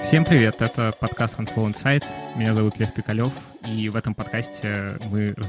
Всем привет, это подкаст Handflow Insight. Меня зовут Лев Пикалев, и в этом подкасте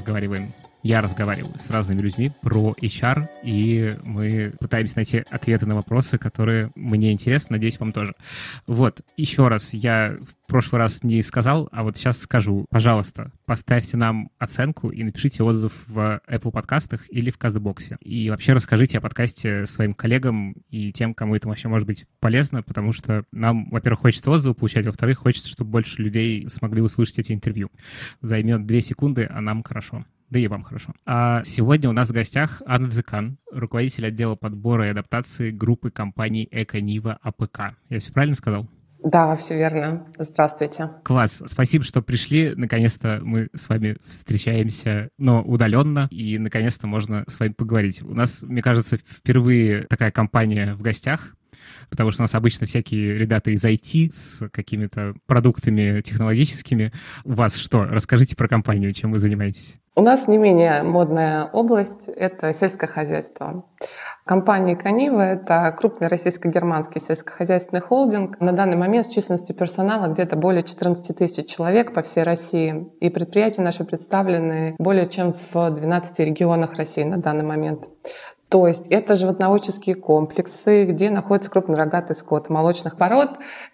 я разговариваю с разными людьми про HR, и мы пытаемся найти ответы на вопросы, которые мне интересны, надеюсь, вам тоже. Вот, еще раз, я в прошлый раз не сказал, а вот сейчас скажу. Пожалуйста, поставьте нам оценку и напишите отзыв в Apple подкастах или в Кастбоксе. И вообще расскажите о подкасте своим коллегам и тем, кому это вообще может быть полезно, потому что нам, во-первых, хочется отзывы получать, во-вторых, хочется, чтобы больше людей смогли услышать эти интервью. Займет 2 секунды, а нам хорошо. Да и вам хорошо. А сегодня у нас в гостях Анна Дзыкан, руководитель отдела подбора и адаптации группы компаний Эко-Нива АПК. Я все правильно сказал? Да, все верно. Здравствуйте. Класс. Спасибо, что пришли. Наконец-то мы с вами встречаемся, но удаленно, и наконец-то можно с вами поговорить. У нас, мне кажется, впервые такая компания в гостях, потому что у нас обычно всякие ребята из IT с какими-то продуктами технологическими. У вас что? Расскажите про компанию, чем вы занимаетесь. У нас не менее модная область — это сельское хозяйство. Компания «Эко-Нива» — это крупный российско-германский сельскохозяйственный холдинг. На данный момент с численностью персонала где-то более 14 тысяч человек по всей России. И предприятия наши представлены более чем в 12 регионах России на данный момент. То есть это животноводческие комплексы, где находится крупнорогатый скот молочных пород.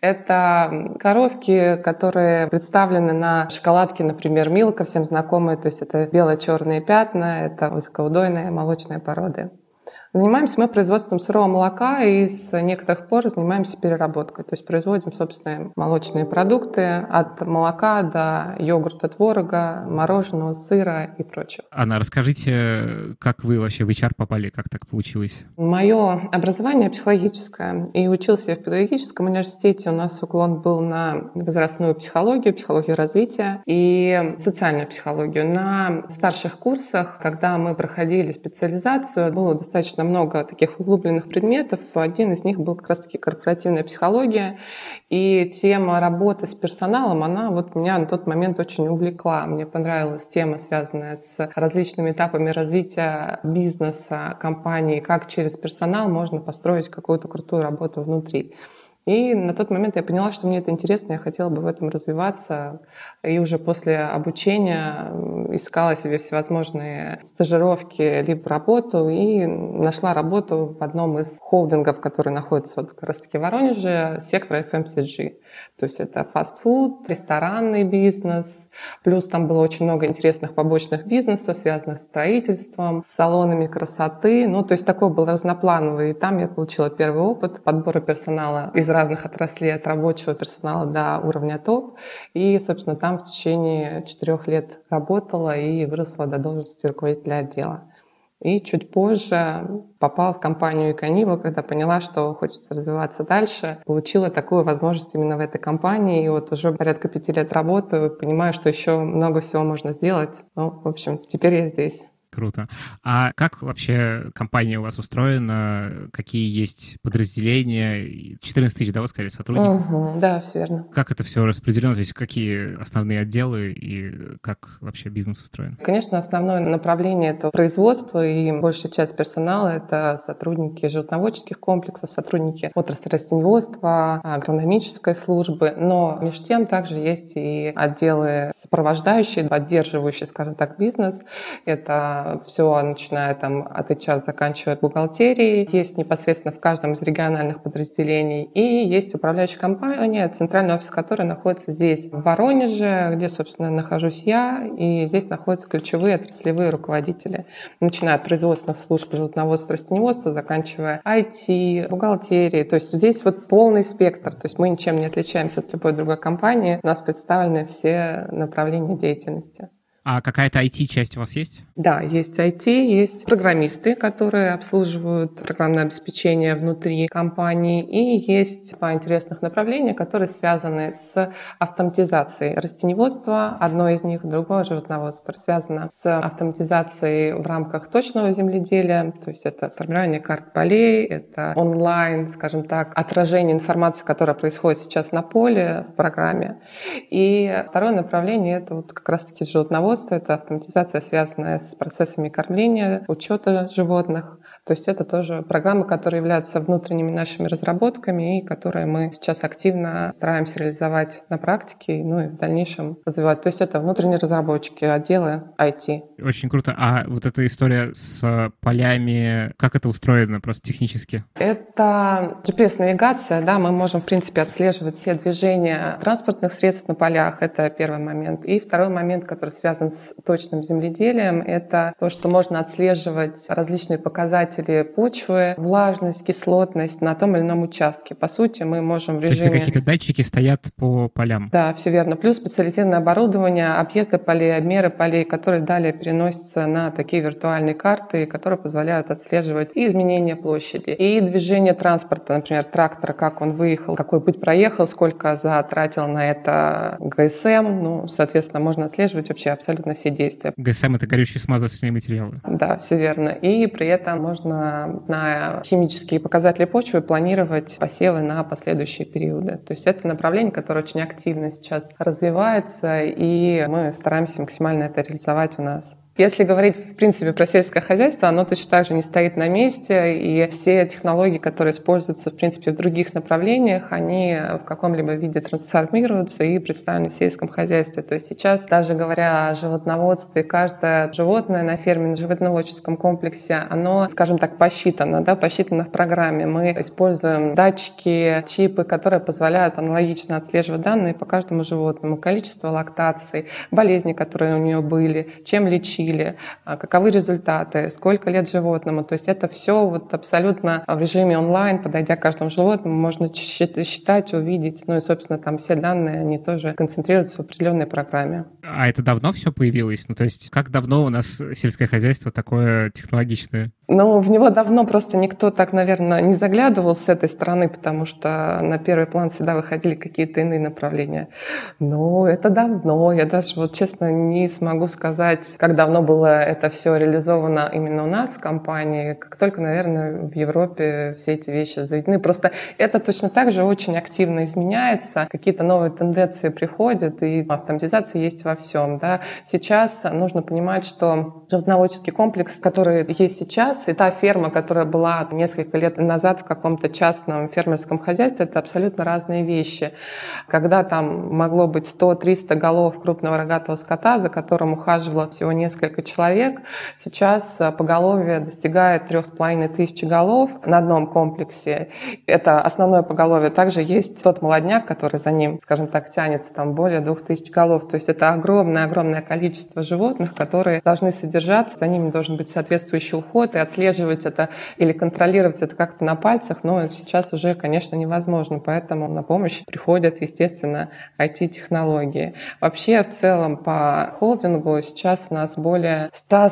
Это коровки, которые представлены на шоколадке, например, Милка, всем знакомые. То есть это бело-черные пятна, это высокоудойные молочные породы. Занимаемся мы производством сырого молока и с некоторых пор занимаемся переработкой. То есть производим собственные молочные продукты от молока до йогурта, творога, мороженого, сыра и прочего. Анна, расскажите, как вы вообще в HR попали, как так получилось? Мое образование психологическое. И учился я в педагогическом университете. У нас уклон был на возрастную психологию, психологию развития и социальную психологию. На старших курсах, когда мы проходили специализацию, было достаточно много таких углубленных предметов. Один из них был как раз-таки корпоративная психология. И тема работы с персоналом, она вот меня на тот момент очень увлекла. Мне понравилась тема, связанная с различными этапами развития бизнеса, компании, как через персонал можно построить какую-то крутую работу внутри. И на тот момент я поняла, что мне это интересно, я хотела бы в этом развиваться. И уже после обучения искала себе всевозможные стажировки, либо работу, и нашла работу в одном из холдингов, который находится вот как раз-таки в Воронеже, сектор FMCG. То есть это фастфуд, ресторанный бизнес, плюс там было очень много интересных побочных бизнесов, связанных с строительством, с салонами красоты. Ну, то есть такой был разноплановый. И там я получила первый опыт подбора персонала из разных отраслей, от рабочего персонала до уровня топ. И, собственно, там в течение 4 лет работала и выросла до должности руководителя отдела. И чуть позже попала в компанию «Эко-Нива», когда поняла, что хочется развиваться дальше. Получила такую возможность именно в этой компании. И вот уже порядка 5 лет работаю, понимаю, что еще много всего можно сделать. Ну, в общем, теперь я здесь. Круто. А как вообще компания у вас устроена? Какие есть подразделения? 14 тысяч, да, вы сказали, сотрудников? Да, все верно. Как это все распределено? То есть какие основные отделы и как вообще бизнес устроен? Конечно, основное направление — это производство, и большая часть персонала — это сотрудники животноводческих комплексов, сотрудники отрасли растениеводства, агрономической службы. Но между тем также есть и отделы сопровождающие, поддерживающие, скажем так, бизнес. Это все, начиная там от HR, заканчивая бухгалтерией. Есть непосредственно в каждом из региональных подразделений. И есть управляющая компания, центральный офис которой находится здесь, в Воронеже, где, собственно, нахожусь я. И здесь находятся ключевые отраслевые руководители. Начиная от производственных служб животноводства, растениеводства, заканчивая IT, бухгалтерией. То есть здесь вот полный спектр. То есть мы ничем не отличаемся от любой другой компании. У нас представлены все направления деятельности. А какая-то IT-часть у вас есть? Да, есть IT, есть программисты, которые обслуживают программное обеспечение внутри компании, и есть два интересных направления, которые связаны с автоматизацией растениеводства. Одно из них, другое — животноводство. Связано с автоматизацией в рамках точного земледелия, то есть это формирование карт полей, это онлайн, скажем так, отражение информации, которая происходит сейчас на поле в программе. И второе направление — это вот как раз-таки животноводство. Это автоматизация, связанная с процессами кормления, учета животных. То есть это тоже программы, которые являются внутренними нашими разработками и которые мы сейчас активно стараемся реализовать на практике, ну и в дальнейшем развивать. То есть это внутренние разработчики, отделы IT. Очень круто. А вот эта история с полями, как это устроено просто технически? Это GPS-навигация, да, мы можем, в принципе, отслеживать все движения транспортных средств на полях, это первый момент. И второй момент, который связан с точным земледелием, это то, что можно отслеживать различные показатели почвы, влажность, кислотность на том или ином участке. По сути, мы можем в режиме... То есть какие-то датчики стоят по полям? Да, все верно. Плюс специализированное оборудование, объезды полей, обмеры полей, которые далее переносятся на такие виртуальные карты, которые позволяют отслеживать и изменения площади, и движение транспорта, например, трактора, как он выехал, какой путь проехал, сколько затратил на это ГСМ. Ну, соответственно, можно отслеживать вообще абсолютно все действия. ГСМ — это горючие смазочные материалы. Да, все верно. И при этом можно на химические показатели почвы планировать посевы на последующие периоды. То есть это направление, которое очень активно сейчас развивается, и мы стараемся максимально это реализовать у нас. Если говорить, в принципе, про сельское хозяйство, оно точно так же не стоит на месте, и все технологии, которые используются, в принципе, в других направлениях, они в каком-либо виде трансформируются и представлены в сельском хозяйстве. То есть сейчас, даже говоря о животноводстве, каждое животное на ферме, на животноводческом комплексе, оно, скажем так, посчитано в программе. Мы используем датчики, чипы, которые позволяют аналогично отслеживать данные по каждому животному, количество лактаций, болезни, которые у нее были, чем лечить, каковы результаты, сколько лет животному. То есть это все вот абсолютно в режиме онлайн, подойдя к каждому животному, можно считать, увидеть. Ну и, собственно, там все данные, они тоже концентрируются в определенной программе. А это давно все появилось? Ну, то есть как давно у нас сельское хозяйство такое технологичное? Ну, в него давно просто никто так, наверное, не заглядывал с этой стороны, потому что на первый план всегда выходили какие-то иные направления. Но это давно. Я даже, вот честно, не смогу сказать, как давно было это все реализовано именно у нас в компании. Как только, наверное, в Европе все эти вещи заведены. Просто это точно так же очень активно изменяется. Какие-то новые тенденции приходят, и автоматизация есть во всем. Да. Сейчас нужно понимать, что животноводческий комплекс, который есть сейчас, и та ферма, которая была несколько лет назад в каком-то частном фермерском хозяйстве, это абсолютно разные вещи. Когда там могло быть 100-300 голов крупного рогатого скота, за которым ухаживало всего несколько человек, сейчас поголовье достигает 3500 голов на одном комплексе. Это основное поголовье. Также есть тот молодняк, который за ним, скажем так, тянется, там более 2000 голов. То есть это огромное количество животных, которые должны содержаться, за ними должен быть соответствующий уход, и отслеживать это или контролировать это как-то на пальцах, но сейчас уже, конечно, невозможно. Поэтому на помощь приходят, естественно, IT-технологии. Вообще, в целом, по холдингу сейчас у нас более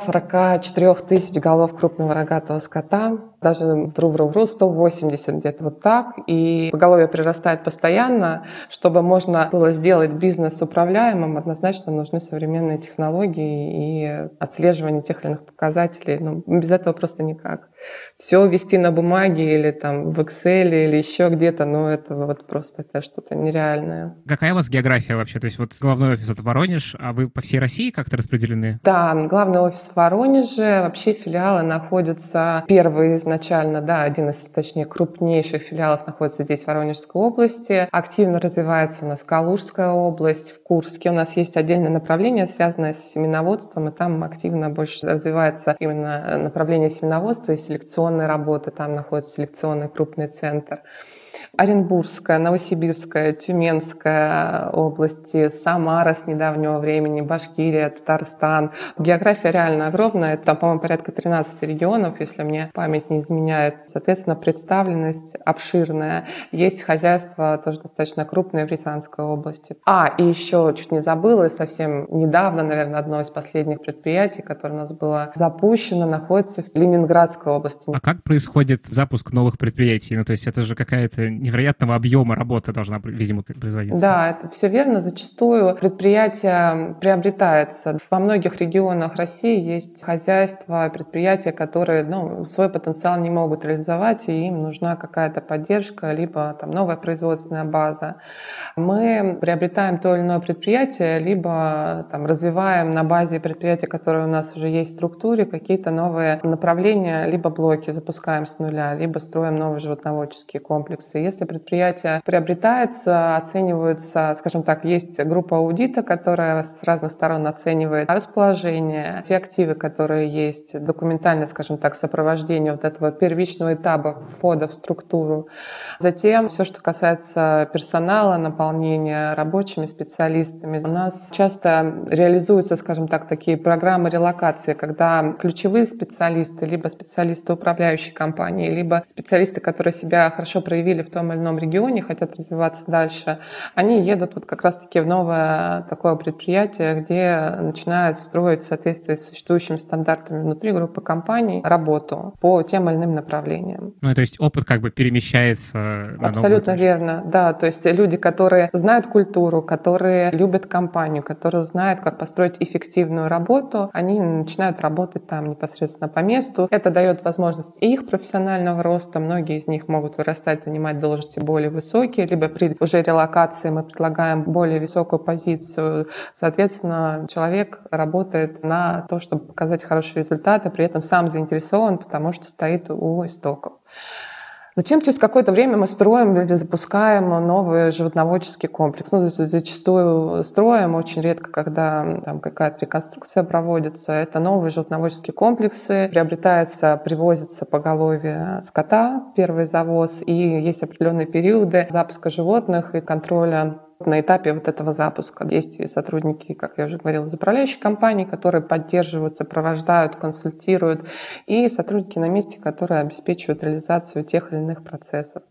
144 тысяч голов крупного рогатого скота. Даже вру, 180 где-то вот так. И поголовье прирастает постоянно. Чтобы можно было сделать бизнес управляемым, однозначно нужны современные технологии и отслеживание тех или иных показателей. Ну, без этого просто никак. Все вести на бумаге или там в Excel или еще где-то, ну это вот просто это что-то нереальное. Какая у вас география вообще? То есть вот главной офис — это Воронеж, а вы по всей России как-то распределены? Да, главный офис в Воронеже. Вообще филиалы находятся, первый изначально, да, один из, точнее, крупнейших филиалов находится здесь, в Воронежской области. Активно развивается у нас Калужская область, в Курске. У нас есть отдельное направление, связанное с семеноводством, и там активно больше развивается именно направление семеноводства и селекционной работы. Там находится селекционный крупный центр. Оренбургская, Новосибирская, Тюменская области, Самара с недавнего времени, Башкирия, Татарстан. География реально огромная. Там, по-моему, порядка 13 регионов, если мне память не изменяет. Соответственно, представленность обширная. Есть хозяйство тоже достаточно крупное в Рязанской области. И еще чуть не забыла, совсем недавно, наверное, одно из последних предприятий, которое у нас было запущено, находится в Ленинградской области. А как происходит запуск новых предприятий? Ну, то есть это же какая-то невероятного объема работы должна, видимо, производиться. Да, это все верно. Зачастую предприятие приобретается. Во многих регионах России есть хозяйства, предприятия, которые свой потенциал не могут реализовать, и им нужна какая-то поддержка, либо там новая производственная база. Мы приобретаем то или иное предприятие, либо там развиваем на базе предприятия, которые у нас уже есть в структуре, какие-то новые направления, либо блоки запускаем с нуля, либо строим новые животноводческие комплексы. Если предприятие приобретается, оценивается, скажем так, есть группа аудита, которая с разных сторон оценивает расположение, те активы, которые есть, документальное, скажем так, сопровождение вот этого первичного этапа входа в структуру. Затем все, что касается персонала, наполнения рабочими специалистами. У нас часто реализуются, скажем так, такие программы релокации, когда ключевые специалисты, либо специалисты управляющей компании, либо специалисты, которые себя хорошо проявили в том или ином регионе, хотят развиваться дальше, они едут вот как раз-таки в новое такое предприятие, где начинают строить в соответствии с существующими стандартами внутри группы компаний работу по тем или иным направлениям. То есть опыт как бы перемещается на Абсолютно новую точку. верно, да. То есть люди, которые знают культуру, которые любят компанию, которые знают, как построить эффективную работу, они начинают работать там непосредственно по месту. Это дает возможность и их профессионального роста. Многие из них могут вырастать, занимать должности более высокие, либо при уже релокации мы предлагаем более высокую позицию. Соответственно, человек работает на то, чтобы показать хорошие результаты, при этом сам заинтересован, потому что стоит у истоков. Затем через какое-то время мы строим или запускаем новый животноводческий комплекс. Зачастую строим, очень редко, когда там какая-то реконструкция проводится. Это новые животноводческие комплексы. Приобретается, привозится поголовье скота, первый завоз, и есть определенные периоды запуска животных и контроля на этапе вот этого запуска. Есть и сотрудники, как я уже говорила, из управляющей компании, которые поддерживают, сопровождают, консультируют, и сотрудники на месте, которые обеспечивают реализацию тех или иных процессов.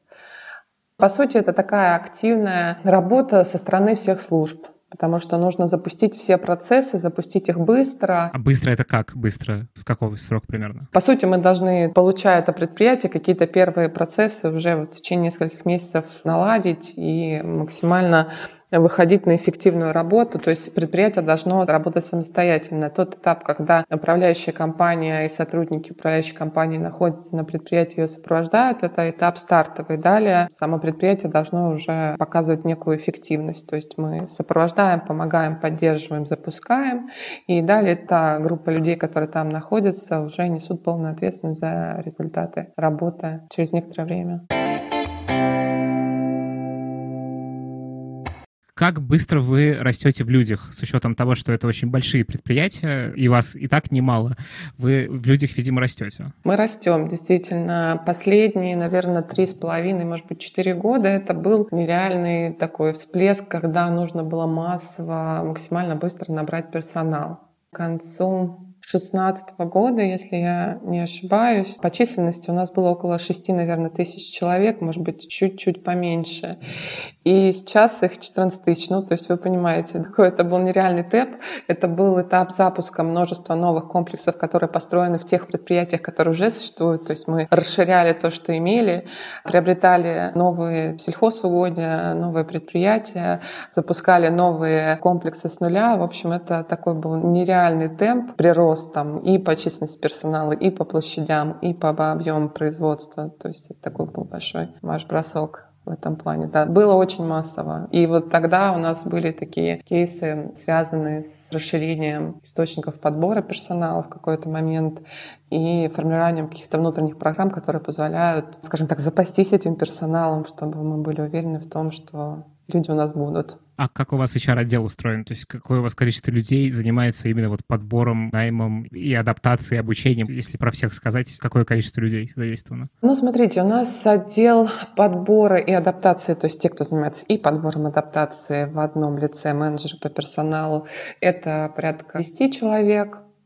По сути, это такая активная работа со стороны всех служб, потому что нужно запустить все процессы, запустить их быстро. А быстро это как? Быстро? В какой срок примерно? По сути, мы должны, получая это предприятие, какие-то первые процессы уже в течение нескольких месяцев наладить и максимально выходить на эффективную работу. То есть предприятие должно работать самостоятельно. Тот этап, когда управляющая компания и сотрудники управляющей компании находятся на предприятии, ее сопровождают, это этап стартовый. Далее само предприятие должно уже показывать некую эффективность. То есть мы сопровождаем, помогаем, поддерживаем, запускаем. И далее та группа людей, которые там находятся, уже несут полную ответственность за результаты работы через некоторое время. Как быстро вы растете в людях, с учетом того, что это очень большие предприятия, и вас и так немало, вы в людях, видимо, растете? Мы растем, действительно. Последние, наверное, 3,5, может быть, 4 года это был нереальный такой всплеск, когда нужно было массово, максимально быстро набрать персонал. К концу 2016 года, если я не ошибаюсь, по численности у нас было около 6, наверное, тысяч человек, может быть, чуть-чуть поменьше. И сейчас их 14 тысяч. То есть вы понимаете, какой это был нереальный темп. Это был этап запуска множества новых комплексов, которые построены в тех предприятиях, которые уже существуют. То есть мы расширяли то, что имели, приобретали новые сельхозугодья, новые предприятия, запускали новые комплексы с нуля. В общем, это такой был нереальный темп прироста и по численности персонала, и по площадям, и по объему производства. То есть это такой был большой марш-бросок в этом плане. Да, было очень массово. И вот тогда у нас были такие кейсы, связанные с расширением источников подбора персонала в какой-то момент и формированием каких-то внутренних программ, которые позволяют, скажем так, запастись этим персоналом, чтобы мы были уверены в том, что люди у нас будут. А как у вас HR-отдел устроен? То есть какое у вас количество людей занимается именно вот подбором, наймом и адаптацией, обучением? Если про всех сказать, какое количество людей задействовано? Смотрите, у нас отдел подбора и адаптации, то есть те, кто занимается и подбором адаптации в одном лице, менеджеры по персоналу, это порядка 10 человек.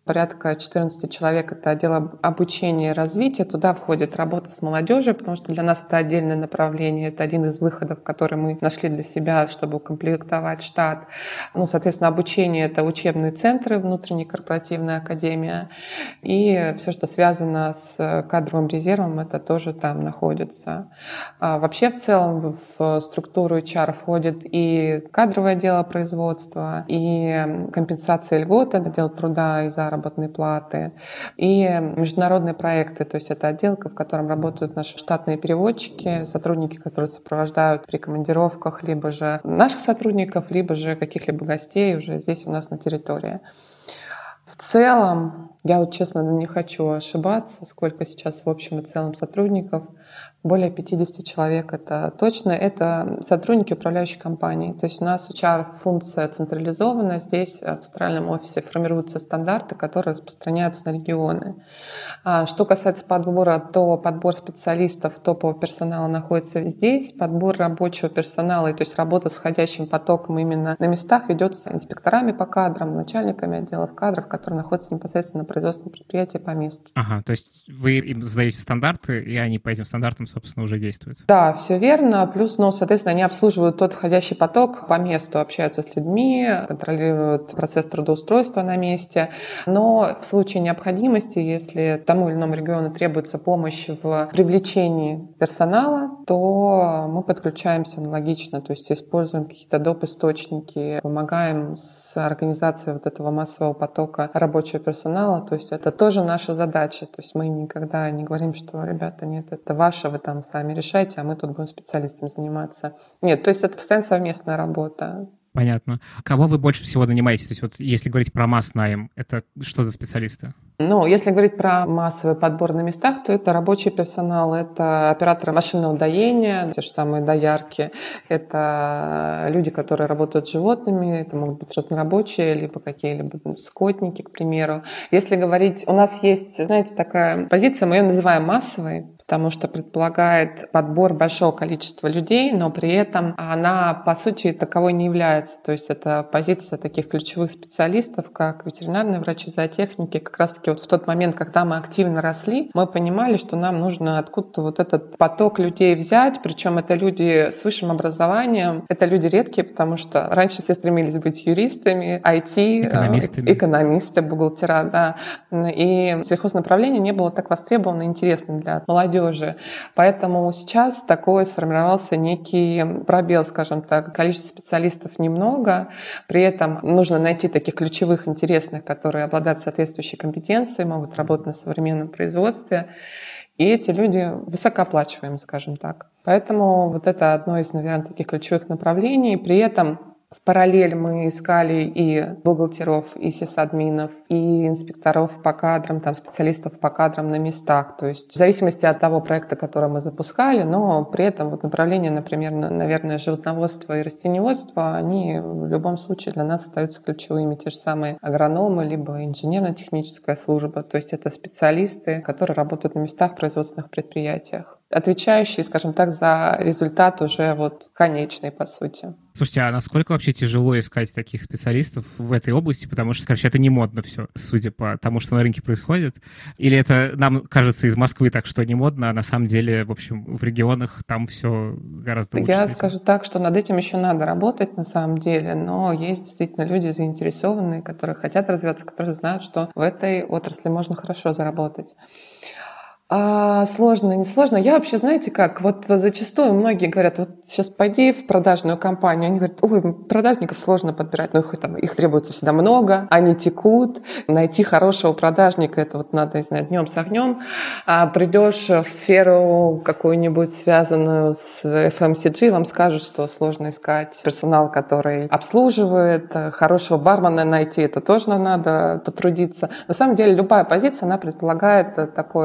порядка 14 человек. Это отдел обучения и развития. Туда входит работа с молодежью, потому что для нас это отдельное направление. Это один из выходов, который мы нашли для себя, чтобы укомплектовать штат. Соответственно, обучение — это учебные центры, внутренняя корпоративная академия. И все, что связано с кадровым резервом, это тоже там находится. Вообще, в целом, в структуру HR входит и кадровое дело производства, и компенсация льготы, отдел труда и заработной платы, и международные проекты. То есть это отделка, в котором работают наши штатные переводчики, сотрудники, которые сопровождают при командировках либо же наших сотрудников, либо же каких-либо гостей уже здесь у нас на территории. В целом, я честно не хочу ошибаться, сколько сейчас в общем и целом сотрудников. Более 50 человек, это точно. Это сотрудники управляющей компании. То есть у нас HR-функция централизована. Здесь в центральном офисе формируются стандарты, которые распространяются на регионы. Что касается подбора, то подбор специалистов топового персонала находится здесь. Подбор рабочего персонала, то есть работа с входящим потоком именно на местах, ведется инспекторами по кадрам, начальниками отделов кадров, которые находятся непосредственно на производственном предприятии по месту. Ага, то есть вы им задаете стандарты, и они по этим стандартам, собственно, уже действуют? Да, все верно. Плюс, соответственно, они обслуживают тот входящий поток по месту, общаются с людьми, контролируют процесс трудоустройства на месте. Но в случае необходимости, если тому или иному региону требуется помощь в привлечении персонала, то мы подключаемся аналогично, то есть используем какие-то доп. Источники, помогаем с организацией вот этого массового потока рабочего персонала. То есть это тоже наша задача. То есть мы никогда не говорим, что, ребята, нет, это ваше, вы там сами решайте, а мы тут будем специалистом заниматься. Нет, то есть это постоянно совместная работа. Понятно. Кого вы больше всего нанимаете? То есть вот если говорить про масс-найм, это что за специалисты? Если говорить про массовый подбор на местах, то это рабочий персонал, это операторы машинного доения, те же самые доярки, это люди, которые работают с животными, это могут быть разнорабочие, либо какие-либо скотники, к примеру. Если говорить, у нас есть, знаете, такая позиция, мы ее называем массовой, потому что предполагает подбор большого количества людей, но при этом она, по сути, таковой не является. То есть это позиция таких ключевых специалистов, как ветеринарные врачи, зоотехники. Как раз-таки вот в тот момент, когда мы активно росли, мы понимали, что нам нужно откуда-то вот этот поток людей взять, причем это люди с высшим образованием, это люди редкие, потому что раньше все стремились быть юристами, IT, экономисты, бухгалтера, да. И сельхознаправление не было так востребовано и интересным для молодежи. Поэтому сейчас такой сформировался некий пробел, скажем так. Количество специалистов немного, при этом нужно найти таких ключевых, интересных, которые обладают соответствующей компетенцией, могут работать на современном производстве. И эти люди высокооплачиваемы, скажем так. Поэтому вот это одно из, наверное, таких ключевых направлений. При этом в параллель мы искали и бухгалтеров, и сисадминов, и инспекторов по кадрам, специалистов по кадрам на местах. То есть в зависимости от того проекта, который мы запускали, но при этом вот направления, например, наверное, животноводство и растениеводство, они в любом случае для нас остаются ключевыми. Те же самые агрономы, либо инженерно-техническая служба. То есть это специалисты, которые работают на местах в производственных предприятиях, отвечающие, скажем так, за результат уже вот конечный, по сути. Слушайте, а насколько вообще тяжело искать таких специалистов в этой области? Потому что, короче, это не модно все, судя по тому, что на рынке происходит. Или это нам кажется из Москвы так, что не модно, а на самом деле, в общем, в регионах там все гораздо лучше. Я скажу так, что над этим еще надо работать на самом деле, но есть действительно люди заинтересованные, которые хотят развиваться, которые знают, что в этой отрасли можно хорошо заработать. Сложно, не сложно. Я вообще, знаете как, вот зачастую многие говорят, вот сейчас пойди в продажную компанию, они говорят, ой, продажников сложно подбирать, их требуется всегда много, они текут, найти хорошего продажника, это вот надо, не знаю, днем с огнем. Придешь в сферу какую-нибудь связанную с FMCG, вам скажут, что сложно искать персонал, который обслуживает, хорошего бармена найти, это тоже надо потрудиться. На самом деле любая позиция, она предполагает такой труд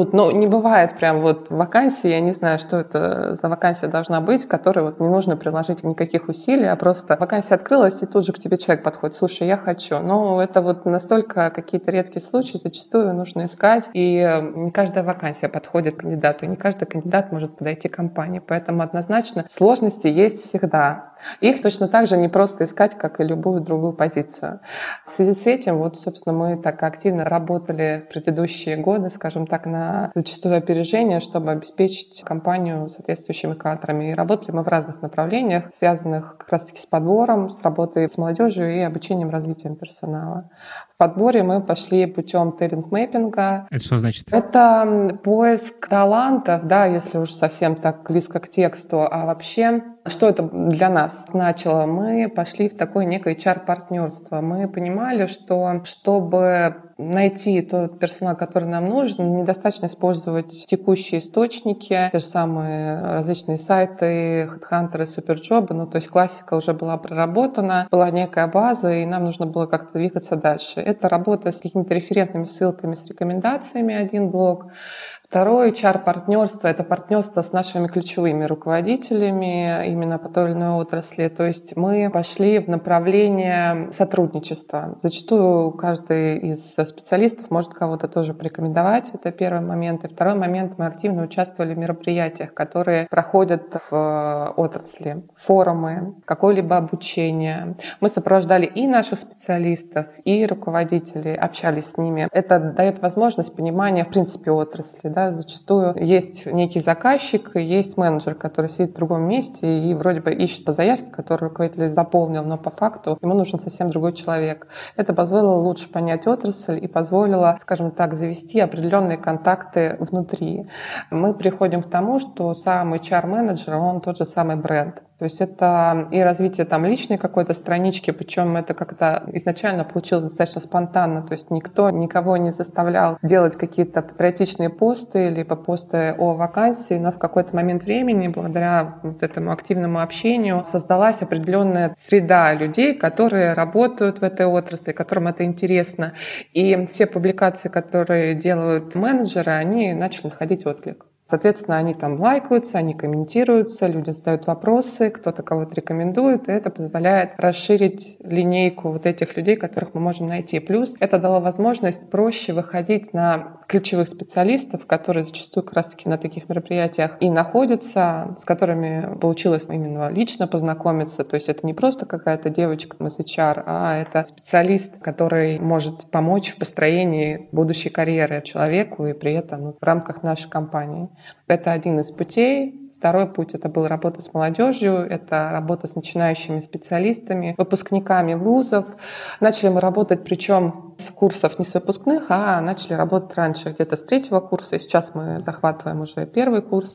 труд. Но не бывает прям вот вакансии, я не знаю, что это за вакансия должна быть, в которой вот не нужно приложить никаких усилий, а просто вакансия открылась, и тут же к тебе человек подходит: слушай, я хочу. Но это вот настолько какие-то редкие случаи, зачастую нужно искать, и не каждая вакансия подходит кандидату, и не каждый кандидат может подойти к компании. Поэтому однозначно сложности есть всегда. Их точно так же не просто искать, как и любую другую позицию. В связи с этим, вот, собственно, мы так активно работали в предыдущие годы, скажем так, на зачастую опережение, чтобы обеспечить компанию соответствующими кадрами. И работали мы в разных направлениях, связанных как раз-таки с подбором, с работой с молодежью и обучением, развитием персонала. В подборе мы пошли путем талент-мэппинга. Это что значит? Это поиск талантов, да, если уж совсем так близко к тексту. А вообще, что это для нас значило? Мы пошли в такое некое HR-партнерство. Мы понимали, что чтобы найти тот персонал, который нам нужен, недостаточно использовать текущие источники, те же самые различные сайты, HeadHunter, Superjob. Ну, то есть классика уже была проработана, была некая база, и нам нужно было как-то двигаться дальше. Это работа с какими-то референтными ссылками, с рекомендациями, один блок. Второе HR-партнерство — это партнерство с нашими ключевыми руководителями именно по той или иной отрасли. То есть мы пошли в направление сотрудничества. Зачастую каждый из специалистов может кого-то тоже порекомендовать. Это первый момент. И второй момент — мы активно участвовали в мероприятиях, которые проходят в отрасли. Форумы, какое-либо обучение. Мы сопровождали и наших специалистов, и руководителей, общались с ними. Это дает возможность понимания, в принципе, отрасли. Да? Зачастую есть некий заказчик, и есть менеджер, который сидит в другом месте и вроде бы ищет по заявке, которую руководитель заполнил, но по факту ему нужен совсем другой человек. Это позволило лучше понять отрасль и позволило, скажем так, завести определенные контакты внутри. Мы приходим к тому, что сам HR-менеджер, он тот же самый бренд. То есть это и развитие там личной какой-то странички, причем это как-то изначально получилось достаточно спонтанно, то есть никто никого не заставлял делать какие-то патриотичные посты либо посты о вакансии, но в какой-то момент времени, благодаря вот этому активному общению, создалась определенная среда людей, которые работают в этой отрасли, которым это интересно. И все публикации, которые делают менеджеры, они начали находить отклик. Соответственно, они там лайкаются, они комментируются, люди задают вопросы, кто-то кого-то рекомендует, и это позволяет расширить линейку вот этих людей, которых мы можем найти. Плюс это дало возможность проще выходить на ключевых специалистов, которые зачастую как раз-таки на таких мероприятиях и находятся, с которыми получилось именно лично познакомиться. То есть это не просто какая-то девочка из HR, а это специалист, который может помочь в построении будущей карьеры человеку и при этом в рамках нашей компании. Это один из путей. Второй путь — это была работа с молодежью, это работа с начинающими специалистами, выпускниками вузов. Начали мы работать, причем с курсов не с выпускных, а начали работать раньше, где-то с 3-го курса. Сейчас мы захватываем уже 1-й курс.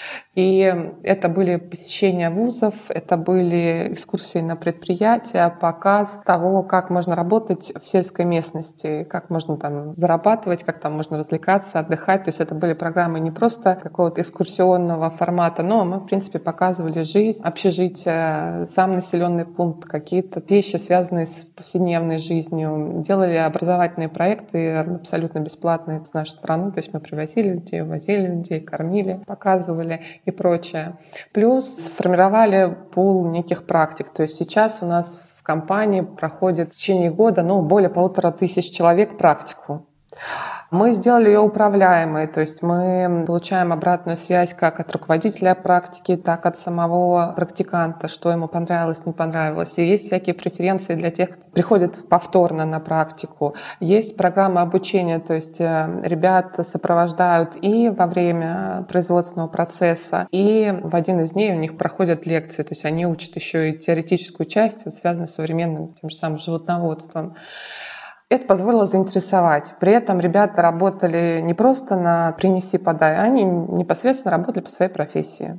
И это были посещения вузов, это были экскурсии на предприятия, показ того, как можно работать в сельской местности, как можно там зарабатывать, как там можно развлекаться, отдыхать. То есть это были программы не просто какого-то экскурсионного формата, но мы, в принципе, показывали жизнь, общежитие, сам населенный пункт, какие-то вещи, связанные с повседневной жизнью. Делали образовательные проекты абсолютно бесплатные с нашей страны. То есть мы привозили людей, увозили людей, кормили, показывали и прочее. Плюс сформировали пул неких практик. То есть сейчас у нас в компании проходит в течение года более 1500 человек практику. Мы сделали ее управляемой, то есть мы получаем обратную связь как от руководителя практики, так и от самого практиканта, что ему понравилось, не понравилось. И есть всякие преференции для тех, кто приходит повторно на практику. Есть программа обучения, то есть ребят сопровождают и во время производственного процесса, и в один из дней у них проходят лекции, то есть они учат еще и теоретическую часть, связанную с современным тем же самым животноводством. Это позволило заинтересовать. При этом ребята работали не просто на «принеси-подай», они непосредственно работали по своей профессии.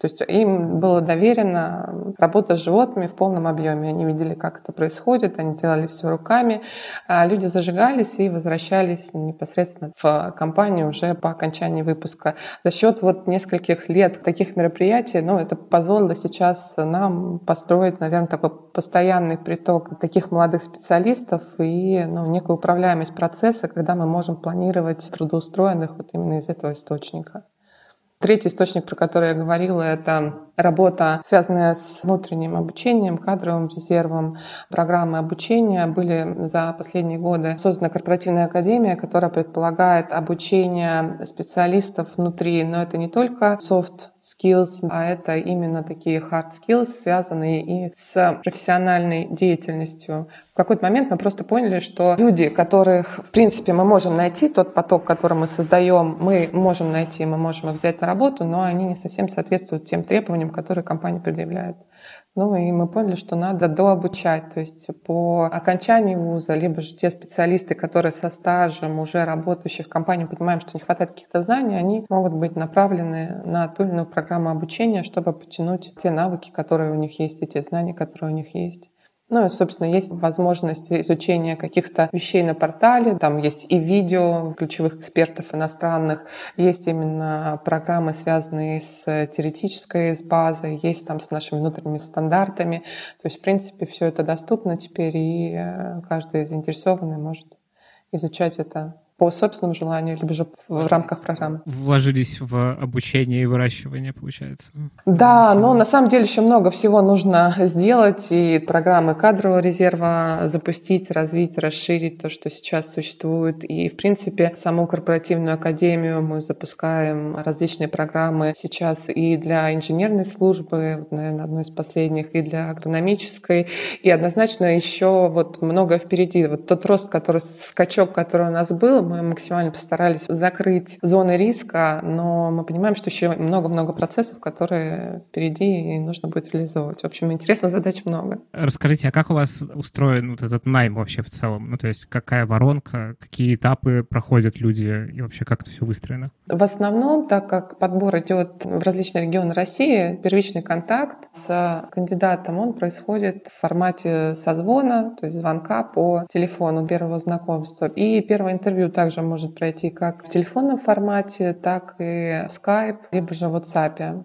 То есть им было доверено работа с животными в полном объеме. Они видели, как это происходит, они делали все руками. А люди зажигались и возвращались непосредственно в компанию уже по окончании выпуска. За счет вот нескольких лет таких мероприятий, это позволило сейчас нам построить, наверное, такой постоянный приток таких молодых специалистов и некую управляемость процесса, когда мы можем планировать трудоустроенных вот именно из этого источника. Третий источник, про который я говорила, это работа, связанная с внутренним обучением, кадровым резервом. Программы обучения были за последние годы создана корпоративная академия, которая предполагает обучение специалистов внутри. Но это не только soft skills, а это именно такие hard skills, связанные и с профессиональной деятельностью. В какой-то момент мы просто поняли, что люди, которых, в принципе, мы можем найти, тот поток, который мы создаем, мы можем найти, мы можем их взять на работу, но они не совсем соответствуют тем требованиям, которые компания предъявляет. И мы поняли, что надо дообучать, то есть по окончании вуза, либо же те специалисты, которые со стажем уже работающих в компании, понимаем, что не хватает каких-то знаний, они могут быть направлены на ту или иную программу обучения, чтобы подтянуть те навыки, которые у них есть, и те знания, которые у них есть. И, собственно, есть возможность изучения каких-то вещей на портале. Там есть и видео ключевых экспертов иностранных, есть именно программы, связанные с теоретической с базой, есть там с нашими внутренними стандартами. То есть, в принципе, все это доступно теперь, и каждый заинтересованный может изучать это по собственному желанию, либо же в рамках программы. Вложились в обучение и выращивание, получается. Да, но на самом деле еще много всего нужно сделать, и программы кадрового резерва запустить, развить, расширить то, что сейчас существует. И, в принципе, саму корпоративную академию мы запускаем различные программы сейчас и для инженерной службы, наверное, одной из последних, и для агрономической. И однозначно еще многое впереди. Тот рост, скачок, который у нас был, мы максимально постарались закрыть зоны риска, но мы понимаем, что еще много-много процессов, которые впереди и нужно будет реализовывать. В общем, интересных задач много. Расскажите, а как у вас устроен этот найм вообще в целом? То есть какая воронка, какие этапы проходят люди и вообще как это все выстроено? В основном, так как подбор идет в различные регионы России, первичный контакт с кандидатом, он происходит в формате созвона, то есть звонка по телефону первого знакомства. И первое интервью также может пройти как в телефонном формате, так и в Skype, либо же в WhatsApp.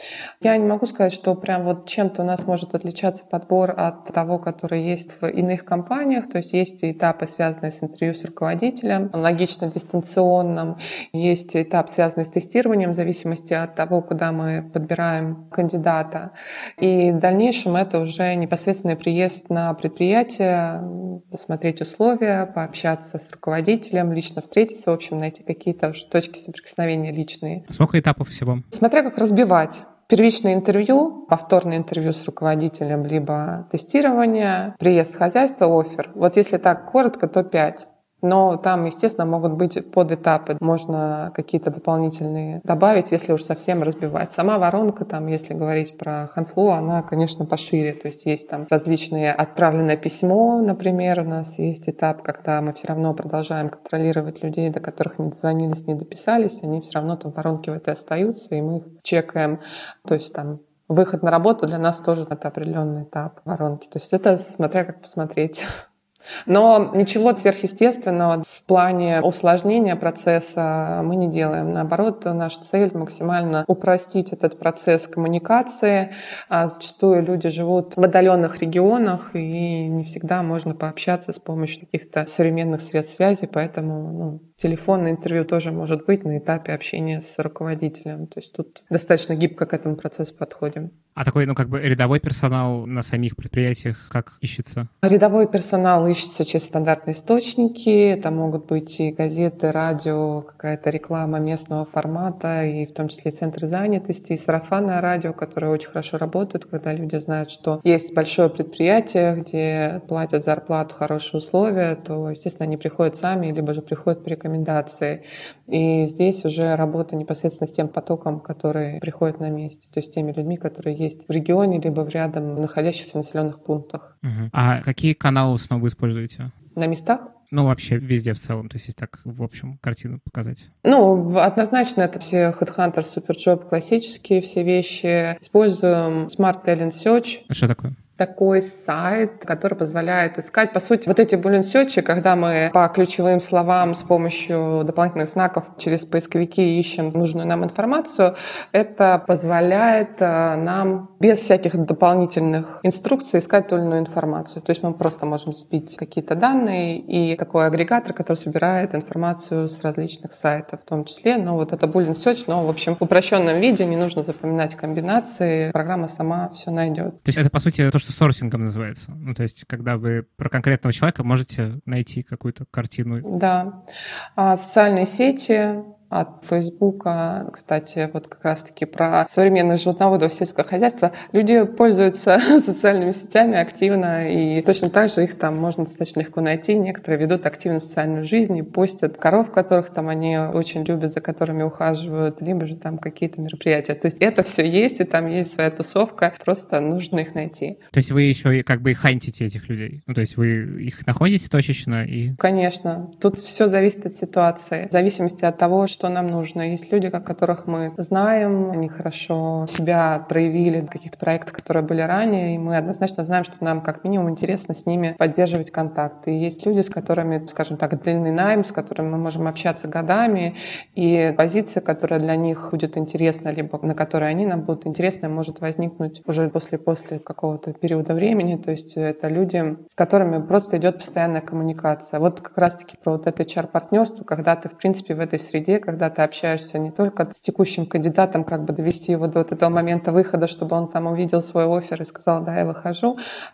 Я не могу сказать, что прям чем-то у нас может отличаться подбор от того, который есть в иных компаниях. То есть есть этапы, связанные с интервью с руководителем, аналогично дистанционным. Есть этап, связанный с тестированием, в зависимости от того, куда мы подбираем кандидата. И в дальнейшем это уже непосредственный приезд на предприятие, посмотреть условия, пообщаться с руководителем, лично встретиться, в общем, найти какие-то точки соприкосновения личные. Сколько этапов всего? Смотря как разбивать. Первичное интервью, повторное интервью с руководителем, либо тестирование, приезд в хозяйство, оффер. Если так коротко, то 5. Но там, естественно, могут быть подэтапы. Можно какие-то дополнительные добавить, если уж совсем разбивать. Сама воронка, если говорить про HandFlow, она, конечно, пошире. То есть есть там различные отправленное письмо, например, у нас есть этап, когда мы все равно продолжаем контролировать людей, до которых не дозвонились, не дописались, они все равно там в воронке в этой остаются, и мы их чекаем. То есть там выход на работу для нас тоже это определенный этап воронки. То есть это смотря как посмотреть. Но ничего сверхъестественного в плане усложнения процесса мы не делаем. Наоборот, наша цель максимально упростить этот процесс коммуникации. Зачастую люди живут в отдаленных регионах, и не всегда можно пообщаться с помощью каких-то современных средств связи, поэтому телефонное интервью тоже может быть на этапе общения с руководителем. То есть тут достаточно гибко к этому процессу подходим. А такой, рядовой персонал на самих предприятиях как ищется? Рядовой персонал ищется через стандартные источники. Это могут быть и газеты, радио, какая-то реклама местного формата, и в том числе центры занятости, и сарафанное радио, которое очень хорошо работает, когда люди знают, что есть большое предприятие, где платят зарплату, хорошие условия, то, естественно, они приходят сами, либо же приходят по рекомендации. И здесь уже работа непосредственно с тем потоком, который приходит на месте, то есть теми людьми, которые есть в регионе, либо в рядом находящихся населенных пунктах. А какие каналы в основном вы используете? На местах? Ну, вообще везде в целом, то есть если так в общем картину показать. Ну, однозначно это все Headhunter, Superjob, классические все вещи. Используем Smart Talent Search. А что такое? Такой сайт, который позволяет искать, по сути, вот эти bullet search, когда мы по ключевым словам с помощью дополнительных знаков через поисковики ищем нужную нам информацию, это позволяет нам без всяких дополнительных инструкций искать ту или иную информацию. То есть мы просто можем сбить какие-то данные, и такой агрегатор, который собирает информацию с различных сайтов в том числе. Но вот это bullet search, но, в общем, в упрощенном виде, не нужно запоминать комбинации, программа сама все найдет. То есть это, по сути, то, что сорсингом называется. Ну, то есть когда вы про конкретного человека можете найти какую-то картину. Да. А социальные сети от Фейсбука, кстати, вот как раз-таки про современных животноводов сельского хозяйства. Люди пользуются социальными сетями активно, и точно так же их там можно достаточно легко найти. Некоторые ведут активную социальную жизнь и постят коров, которых там они очень любят, за которыми ухаживают, либо же там какие-то мероприятия. То есть это все есть, и там есть своя тусовка, просто нужно их найти. То есть вы еще и как бы и хантите этих людей? Ну, то есть вы их находите точечно и... Конечно. Тут все зависит от ситуации. В зависимости от того, что нам нужно. Есть люди, которых мы знаем, они хорошо себя проявили в каких-то проектах, которые были ранее, и мы однозначно знаем, что нам как минимум интересно с ними поддерживать контакты. И есть люди, с которыми, скажем так, длинный найм, с которыми мы можем общаться годами, и позиция, которая для них будет интересна, либо на которой они нам будут интересны, может возникнуть уже после какого-то периода времени. То есть это люди, с которыми просто идет постоянная коммуникация. Вот как раз-таки про вот это HR-партнерство, когда ты, в принципе, в этой среде, когда ты общаешься не только с текущим кандидатом, как бы довести его до вот этого момента выхода, чтобы он там увидел свой оффер и сказал: да, я выхожу,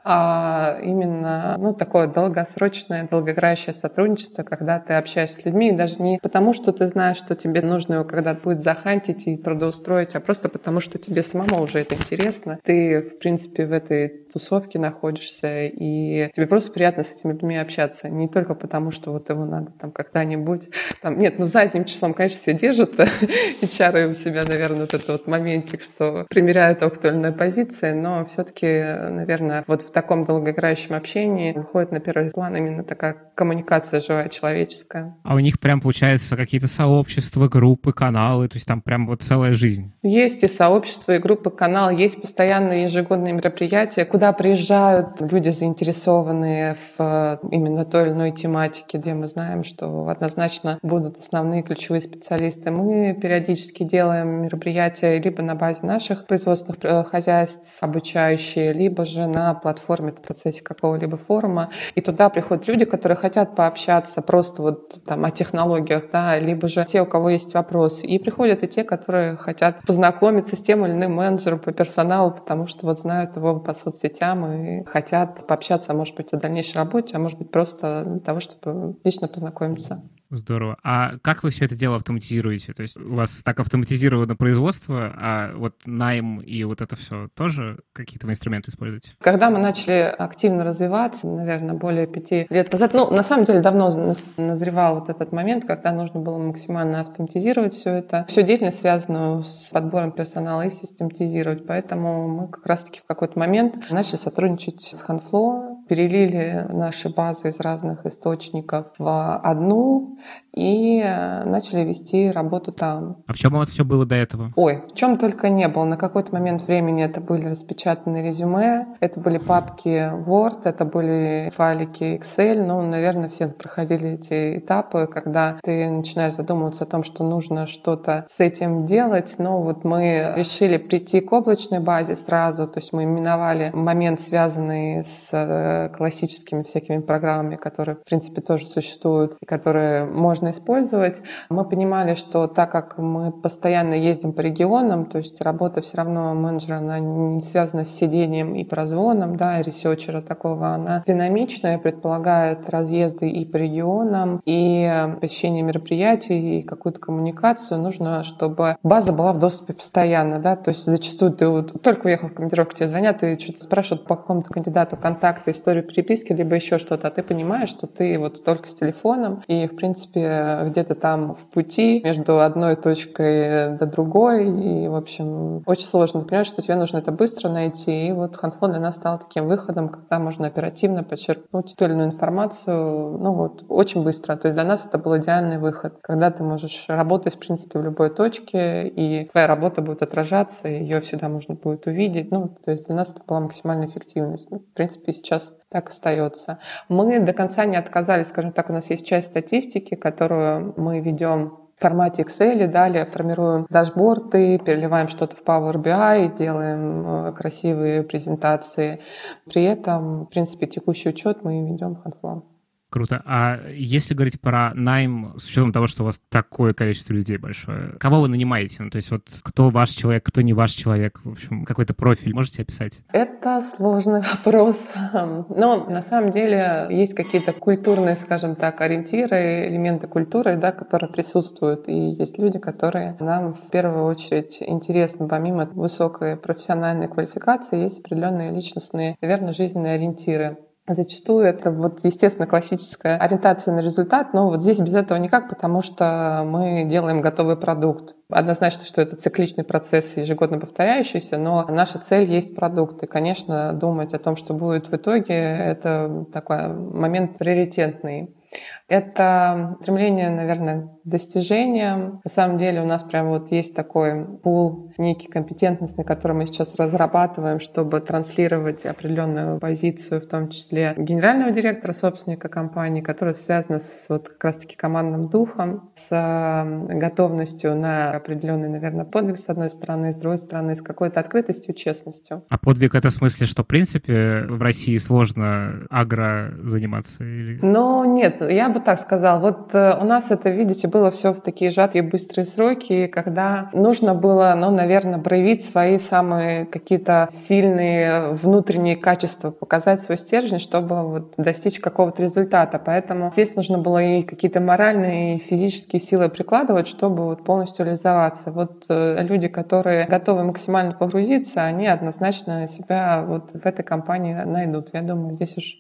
а именно такое долгосрочное, долгоиграющее сотрудничество, когда ты общаешься с людьми, и даже не потому, что ты знаешь, что тебе нужно его когда-то будет захантить и трудоустроить, а просто потому, что тебе самому уже это интересно. Ты, в принципе, в этой тусовке находишься, и тебе просто приятно с этими людьми общаться. Не только потому, что вот его надо там когда-нибудь... задним числом, конечно, все держат HR у себя, наверное, вот этот вот моментик, что примеряют его к той или иной позиции, но все-таки, наверное, вот в таком долгоиграющем общении выходит на первый план именно такая коммуникация живая, человеческая. А у них прям, получается, какие-то сообщества, группы, каналы, то есть там прям вот целая жизнь? Есть и сообщества, и группы, канал, есть постоянные ежегодные мероприятия, куда приезжают люди, заинтересованные в именно той или иной тематике, где мы знаем, что однозначно будут основные ключевые специалисты. Мы периодически делаем мероприятия либо на базе наших производственных хозяйств обучающие, либо же на платформе в процессе какого-либо форума. И туда приходят люди, которые хотят пообщаться просто вот там о технологиях, да, либо же те, у кого есть вопросы. И приходят и те, которые хотят познакомиться с тем или иным менеджером по персоналу, потому что вот знают его по соцсетям и хотят пообщаться, может быть, о дальнейшей работе, а может быть, просто для того, чтобы лично познакомиться. Здорово. А как вы все это дело автоматизируете? То есть у вас так автоматизировано производство, а вот найм и вот это все тоже какие-то инструменты используете? Когда мы начали активно развиваться, наверное, более 5 лет назад, на самом деле давно назревал вот этот момент, когда нужно было максимально автоматизировать все это. Всю деятельность, связанную с подбором персонала, и систематизировать. Поэтому мы как раз-таки в какой-то момент начали сотрудничать с HandFlow, перелили наши базы из разных источников в одну и начали вести работу там. А в чем у вас все было до этого? В чем только не было. На какой-то момент времени это были распечатанные резюме, это были папки Word, это были файлики Excel. Наверное, все проходили эти этапы, когда ты начинаешь задумываться о том, что нужно что-то с этим делать. Но вот мы решили прийти к облачной базе сразу, то есть мы миновали момент, связанный с классическими всякими программами, которые, в принципе, тоже существуют, и которые можно использовать. Мы понимали, что так как мы постоянно ездим по регионам, то есть работа все равно менеджера, она не связана с сидением и прозвоном, да, и ресерчера такого, она динамичная, предполагает разъезды и по регионам, и посещение мероприятий, и какую-то коммуникацию. Нужно, чтобы база была в доступе постоянно, да, то есть зачастую ты только уехал в командировку, тебе звонят и что-то спрашивают по какому-то кандидату контакты из историю переписки, либо еще что-то, а ты понимаешь, что ты вот только с телефоном, и, в принципе, где-то там в пути между одной точкой до другой, и, в общем, очень сложно. Ты понимаешь, что тебе нужно это быстро найти, и вот Handful для нас стал таким выходом, когда можно оперативно подчеркнуть ту или иную информацию, ну вот, очень быстро. То есть для нас это был идеальный выход, когда ты можешь работать, в принципе, в любой точке, и твоя работа будет отражаться, и ее всегда можно будет увидеть. Ну, то есть для нас это была максимальная эффективность. Ну, в принципе, сейчас так остается. Мы до конца не отказались, скажем так, у нас есть часть статистики, которую мы ведем в формате Excel, далее формируем дашборды, переливаем что-то в Power BI, делаем красивые презентации. При этом, в принципе, текущий учет мы ведем в Handful. Круто. А если говорить про найм, с учетом того, что у вас такое количество людей большое, кого вы нанимаете? Ну, то есть вот кто ваш человек, кто не ваш человек? В общем, какой-то профиль можете описать? Это сложный вопрос. Но на самом деле есть какие-то культурные, скажем так, ориентиры, элементы культуры, да, которые присутствуют. И есть люди, которые нам в первую очередь интересны. Помимо высокой профессиональной квалификации, есть определенные личностные, наверное, жизненные ориентиры. Зачастую это вот, естественно, классическая ориентация на результат, но вот здесь без этого никак, потому что мы делаем готовый продукт. Однозначно, что это цикличный процесс, ежегодно повторяющийся, но наша цель есть продукт. И, конечно, думать о том, что будет в итоге, это такой момент приоритетный. Это стремление, наверное, к достижениям. На самом деле у нас прям вот есть такой пул некий компетентностный, который мы сейчас разрабатываем, чтобы транслировать определенную позицию, в том числе генерального директора, собственника компании, которая связана с вот как раз-таки командным духом, с готовностью на определенный, наверное, подвиг с одной стороны, с другой стороны, с какой-то открытостью, честностью. А подвиг — это в смысле, что, в принципе, в России сложно агро заниматься? Или... Ну, нет, я бы так сказала. Вот у нас это, видите, было все в такие сжатые быстрые сроки, когда нужно было, ну, наверное, проявить свои самые какие-то сильные внутренние качества, показать свой стержень, чтобы вот достичь какого-то результата. Поэтому здесь нужно было и какие-то моральные, и физические силы прикладывать, чтобы вот полностью реализоваться. Вот люди, которые готовы максимально погрузиться, они однозначно себя вот в этой компании найдут. Я думаю, здесь уж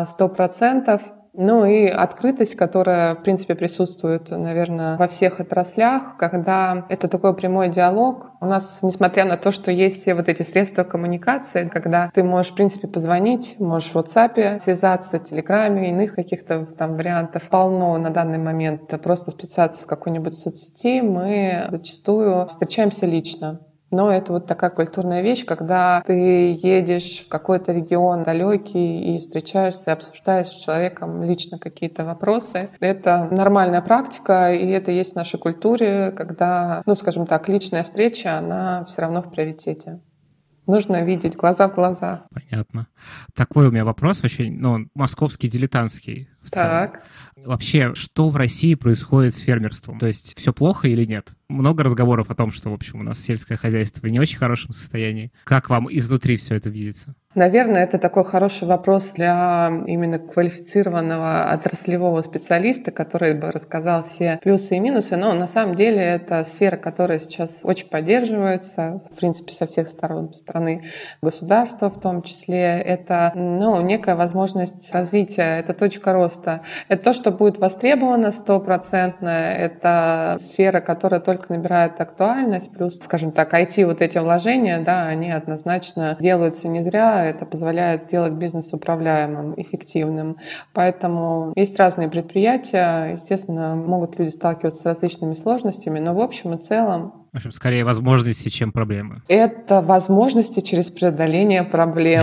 100%. Ну и открытость, которая, в принципе, присутствует, наверное, во всех отраслях, когда это такой прямой диалог. У нас, несмотря на то, что есть все вот эти средства коммуникации, когда ты можешь, в принципе, позвонить, можешь в WhatsApp связаться, в Телеграме, иных каких-то там вариантов полно на данный момент. Просто списаться с какой-нибудь соцсети, мы зачастую встречаемся лично. Но это вот такая культурная вещь, когда ты едешь в какой-то регион далекий и встречаешься, обсуждаешь с человеком лично какие-то вопросы. Это нормальная практика, и это есть в нашей культуре, когда, ну, скажем так, личная встреча, она все равно в приоритете. Нужно видеть глаза в глаза. Понятно. Такой у меня вопрос очень, ну, московский, дилетантский в целом. Так. Вообще, что в России происходит с фермерством? То есть все плохо или нет? Много разговоров о том, что, в общем, у нас сельское хозяйство в не очень хорошем состоянии. Как вам изнутри все это видится? Наверное, это такой хороший вопрос для именно квалифицированного отраслевого специалиста, который бы рассказал все плюсы и минусы. Но на самом деле это сфера, которая сейчас очень поддерживается, в принципе, со всех сторон страны, государства в том числе. Это, ну, некая возможность развития, это точка роста. Это то, что будет востребовано 100%. Это сфера, которая только набирает актуальность. Плюс, скажем так, IT, вот эти вложения, да, они однозначно делаются не зря. Это позволяет сделать бизнес управляемым, эффективным. Поэтому есть разные предприятия. Естественно, могут люди сталкиваться с различными сложностями, но в общем и целом В общем, скорее возможности, чем проблемы. это возможности через преодоление проблем.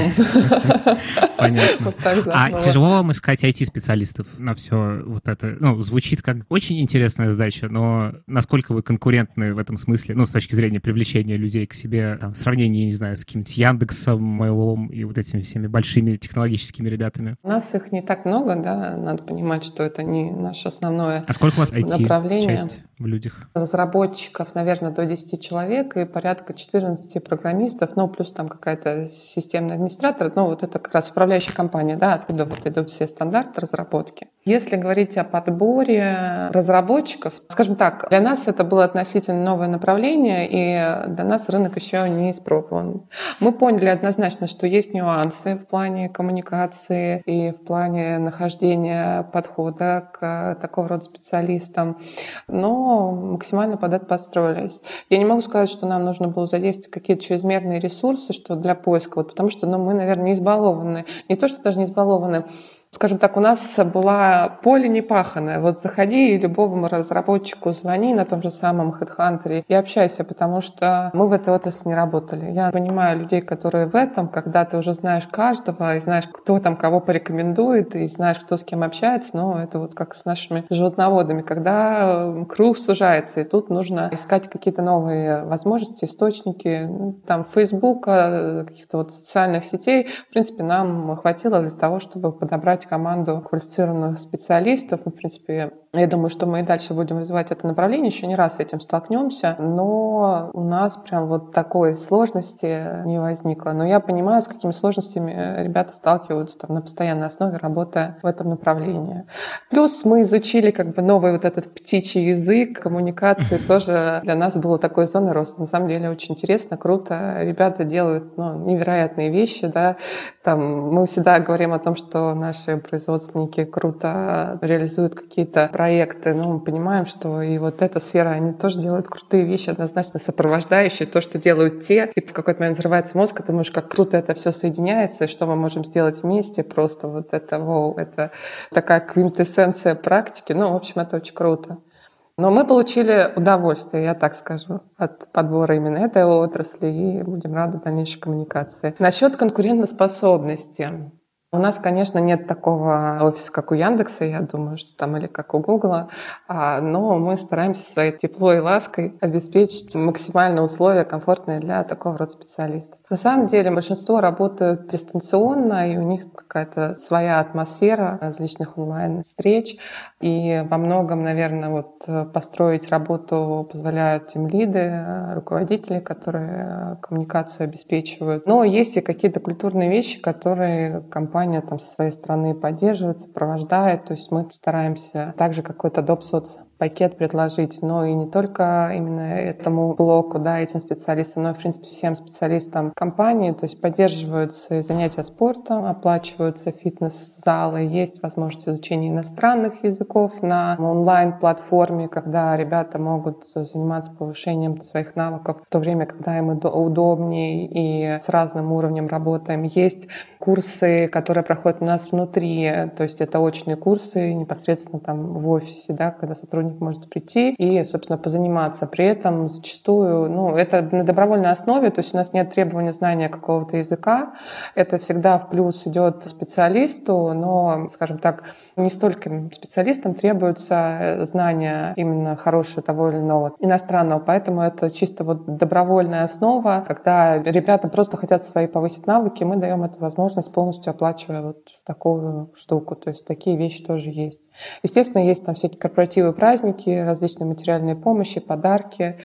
Понятно. А тяжело вам искать IT-специалистов на все вот это? Ну, звучит как очень интересная задача, но насколько вы конкурентны в этом смысле, ну, с точки зрения привлечения людей к себе, там, в сравнении, не знаю, с каким-нибудь Яндексом, Mail.com и вот этими всеми большими технологическими ребятами? У нас их не так много, да, надо понимать, что это не наше основное А сколько у вас направление. IT-часть в людях? Разработчиков, наверное, до 10 человек и порядка 14 программистов, ну, плюс там какая-то системный администратор, ну, вот это как раз управляющая компания, да, откуда вот идут все стандарты разработки. Если говорить о подборе разработчиков, скажем так, для нас это было относительно новое направление, и для нас рынок еще не испробован. Мы поняли однозначно, что есть нюансы в плане коммуникации и в плане нахождения подхода к такого рода специалистам, но максимально под это подстроились. Я не могу сказать, что нам нужно было задействовать какие-то чрезмерные ресурсы, что для поиска, потому что мы, наверное, не избалованы. Не то, что даже не избалованы. Скажем так, у нас была поле непаханное. Вот заходи и любому разработчику звони на том же самом HeadHunter и общайся, потому что мы в этой отрасли не работали. Я понимаю людей, которые в этом, когда ты уже знаешь каждого и знаешь, кто там кого порекомендует, и знаешь, кто с кем общается, но это вот как с нашими животноводами, когда круг сужается, и тут нужно искать какие-то новые возможности, источники, там, Фейсбука, каких-то вот социальных сетей. В принципе, нам хватило для того, чтобы подобрать команду квалифицированных специалистов. В принципе, я думаю, что мы и дальше будем развивать это направление, еще не раз с этим столкнемся, но у нас прям вот такой сложности не возникло. Но я понимаю, с какими сложностями ребята сталкиваются там на постоянной основе, работая в этом направлении. Плюс мы изучили как бы новый вот этот птичий язык коммуникации, тоже для нас было такой зоной роста. На самом деле очень интересно, круто. Ребята делают невероятные вещи, да. Там мы всегда говорим о том, что наши производственники круто реализуют какие-то проекты, но мы понимаем, что и вот эта сфера, они тоже делают крутые вещи, однозначно сопровождающие то, что делают те. И в какой-то момент взрывается мозг, и ты думаешь, как круто это все соединяется, и что мы можем сделать вместе. Просто вот это, это такая квинтэссенция практики. В общем, это очень круто. Но мы получили удовольствие, я так скажу, от подбора именно этой отрасли, и будем рады дальнейшей коммуникации. Насчет конкурентоспособности. У нас, конечно, нет такого офиса, как у Яндекса, я думаю, что там или как у Гугла, но мы стараемся своей теплой и лаской обеспечить максимальные условия, комфортные для такого рода специалистов. На самом деле большинство работают дистанционно, и у них какая-то своя атмосфера различных онлайн-встреч, и во многом, наверное, построить работу позволяют тимлиды, руководители, которые коммуникацию обеспечивают. Но есть и какие-то культурные вещи, которые компания там со своей стороны поддерживает, сопровождает. То есть мы стараемся также какой-то доп-соцпакет предложить, но и не только именно этому блоку, этим специалистам, но и, в принципе, всем специалистам компании. То есть поддерживаются и занятия спортом, оплачиваются фитнес-залы, есть возможность изучения иностранных языков на онлайн-платформе, когда ребята могут заниматься повышением своих навыков в то время, когда им удобнее, и с разным уровнем работаем. Есть курсы, которые проходят у нас внутри, то есть это очные курсы непосредственно там в офисе, когда сотрудник может прийти и, собственно, позаниматься. При этом зачастую, это на добровольной основе, то есть у нас нет требования знания какого-то языка, это всегда в плюс идет специалисту, но, скажем так, не столько специалистам требуется знания именно хорошее того или иного иностранного, поэтому это чисто добровольная основа, когда ребята просто хотят свои повысить навыки, мы даем эту возможность полностью оплачивая такую штуку. То есть такие вещи тоже есть. Естественно, есть там всякие корпоративы, праздники, различные материальные помощи, подарки.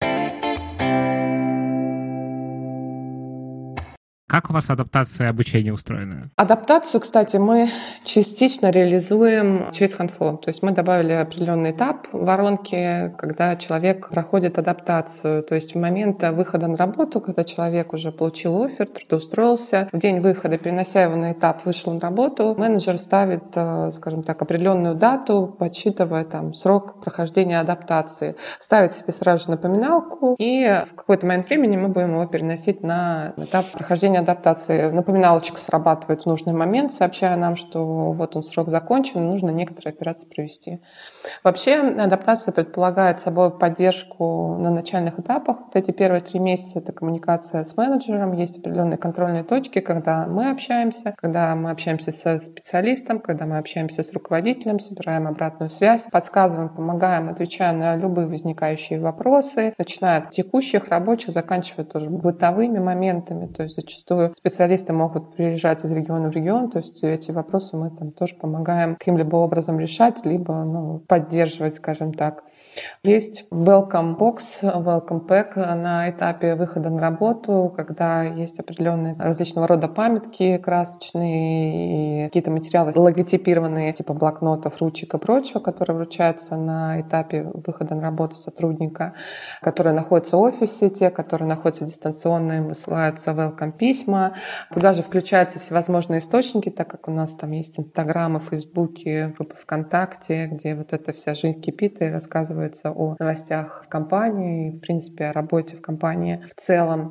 Как у вас адаптация обучения устроена? Адаптацию, кстати, мы частично реализуем через HandFlow. То есть мы добавили определенный этап в воронке, когда человек проходит адаптацию. То есть в момент выхода на работу, когда человек уже получил оффер, трудоустроился, в день выхода, перенося его на этап, вышел на работу, менеджер ставит, скажем так, определенную дату, подсчитывая там срок прохождения адаптации. Ставит себе сразу же напоминалку, и в какой-то момент времени мы будем его переносить на этап прохождения адаптации. Напоминалочка срабатывает в нужный момент, сообщая нам, что вот он, срок закончен, нужно некоторые операции провести. Вообще адаптация предполагает собой поддержку на начальных этапах. Вот эти первые 3 месяца — это коммуникация с менеджером, есть определенные контрольные точки, когда мы общаемся со специалистом, когда мы общаемся с руководителем, собираем обратную связь, подсказываем, помогаем, отвечаем на любые возникающие вопросы, начиная от текущих, рабочих, заканчивая тоже бытовыми моментами. То есть зачастую специалисты могут приезжать из региона в регион, то есть эти вопросы мы там тоже помогаем каким-либо образом решать, либо поддерживать, скажем так. Есть welcome box, welcome pack на этапе выхода на работу, когда есть определенные различного рода памятки красочные и какие-то материалы логотипированные, типа блокнотов, ручек и прочего, которые вручаются на этапе выхода на работу сотрудника, которые находятся в офисе, те, которые находятся дистанционно, им высылаются welcome письма. Туда же включаются всевозможные источники, так как у нас там есть Инстаграмы, Фейсбуки, группы ВКонтакте, где вот эта вся жизнь кипит и рассказывается о новостях в компании, в принципе, о работе в компании в целом.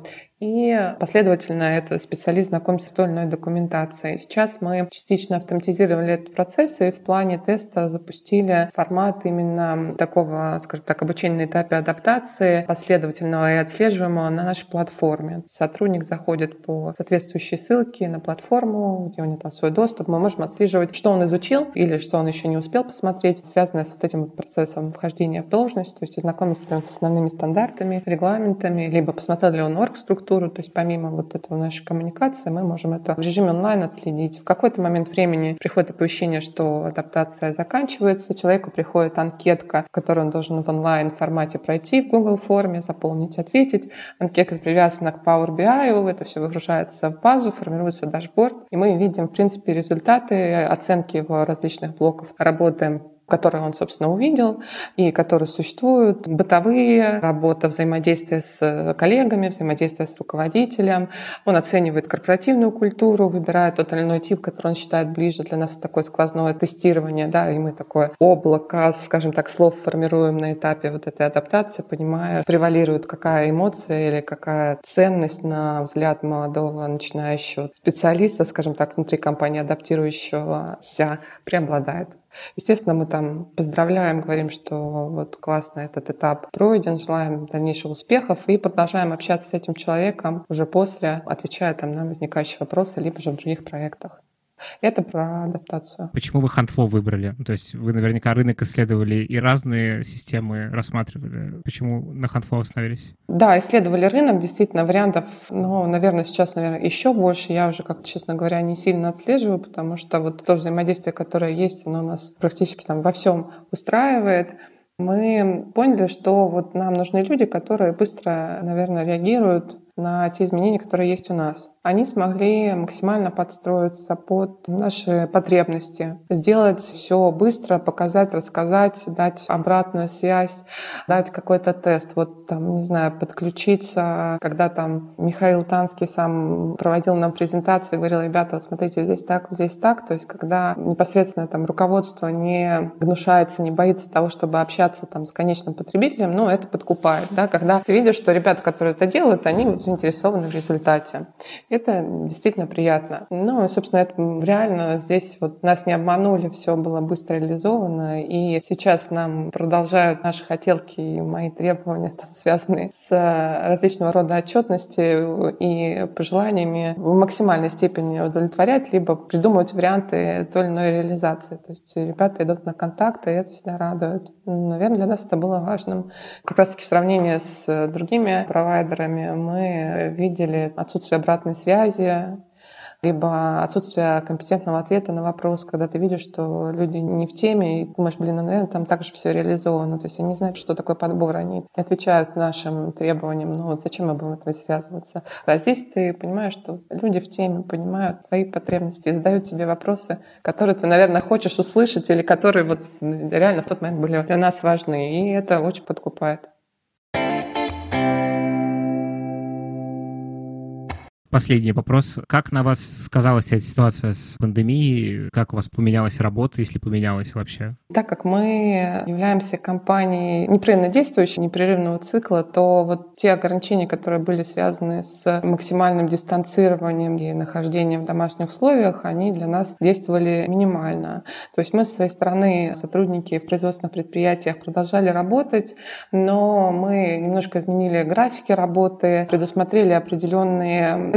И последовательно этот специалист знакомится с той или иной документацией. Сейчас мы частично автоматизировали этот процесс и в плане теста запустили формат именно такого, скажем так, обучения на этапе адаптации, последовательного и отслеживаемого на нашей платформе. Сотрудник заходит по соответствующей ссылке на платформу, где у него там свой доступ. Мы можем отслеживать, что он изучил или что он еще не успел посмотреть, связанное с вот этим процессом вхождения в должность, то есть ознакомиться ли он с основными стандартами, регламентами, либо посмотрел ли он оргструктуру. То есть помимо вот этого нашей коммуникации мы можем это в режиме онлайн отследить. В какой-то момент времени приходит оповещение, что адаптация заканчивается, человеку приходит анкетка, которую он должен в онлайн формате пройти в Google форме, заполнить, ответить. Анкетка привязана к Power BI, это все выгружается в базу, формируется дашборд, и мы видим, в принципе, результаты оценки его различных блоков работы, которые он, собственно, увидел и которые существуют. Бытовые, работа, взаимодействие с коллегами, взаимодействие с руководителем. Он оценивает корпоративную культуру, выбирает тот или иной тип, который он считает ближе. Для нас такое сквозное тестирование, да, и мы такое облако, скажем так, слов формируем на этапе вот этой адаптации, понимая, превалирует какая эмоция или какая ценность на взгляд молодого начинающего специалиста, скажем так, внутри компании адаптирующегося преобладает. Естественно, мы там поздравляем, говорим, что вот классно этот этап пройден, желаем дальнейших успехов и продолжаем общаться с этим человеком уже после, отвечая там на возникающие вопросы, либо же в других проектах. Это про адаптацию. Почему вы Хантфлоу выбрали? То есть вы наверняка рынок исследовали и разные системы рассматривали. Почему на Хантфлоу остановились? Да, исследовали рынок, действительно, вариантов, наверное, сейчас, еще больше. Я уже, как-то, честно говоря, не сильно отслеживаю, потому что вот то взаимодействие, которое есть, оно нас практически там во всем устраивает. Мы поняли, что вот нам нужны люди, которые быстро, наверное, реагируют на те изменения, которые есть у нас. Они смогли максимально подстроиться под наши потребности, сделать все быстро, показать, рассказать, дать обратную связь, дать какой-то тест. Вот там, не знаю, подключиться, когда там Михаил Танский сам проводил нам презентацию, говорил: ребята, вот смотрите, здесь так, здесь так. То есть когда непосредственно там руководство не гнушается, не боится того, чтобы общаться там с конечным потребителем, это подкупает. Да? Когда ты видишь, что ребята, которые это делают, они вот заинтересованы в результате. Это действительно приятно. Собственно, это реально здесь вот нас не обманули, все было быстро реализовано, и сейчас нам продолжают наши хотелки и мои требования, там, связанные с различного рода отчетностью и пожеланиями в максимальной степени удовлетворять, либо придумывать варианты той или иной реализации. То есть ребята идут на контакты, и это всегда радует. Наверное, для нас это было важным. Как раз-таки в сравнении с другими провайдерами мы видели отсутствие обратной связи, либо отсутствие компетентного ответа на вопрос, когда ты видишь, что люди не в теме, и думаешь, наверное, там также все реализовано. То есть они знают, что такое подбор, они не отвечают нашим требованиям. Зачем мы будем этого связываться? А здесь ты понимаешь, что люди в теме понимают твои потребности и задают тебе вопросы, которые ты, наверное, хочешь услышать или которые вот реально в тот момент были для нас важны. И это очень подкупает. Последний вопрос. Как на вас сказалась эта ситуация с пандемией? Как у вас поменялась работа, если поменялась вообще? Так как мы являемся компанией непрерывно действующей, непрерывного цикла, то вот те ограничения, которые были связаны с максимальным дистанцированием и нахождением в домашних условиях, они для нас действовали минимально. То есть мы со своей стороны, сотрудники в производственных предприятиях, продолжали работать, но мы немножко изменили графики работы, предусмотрели определенные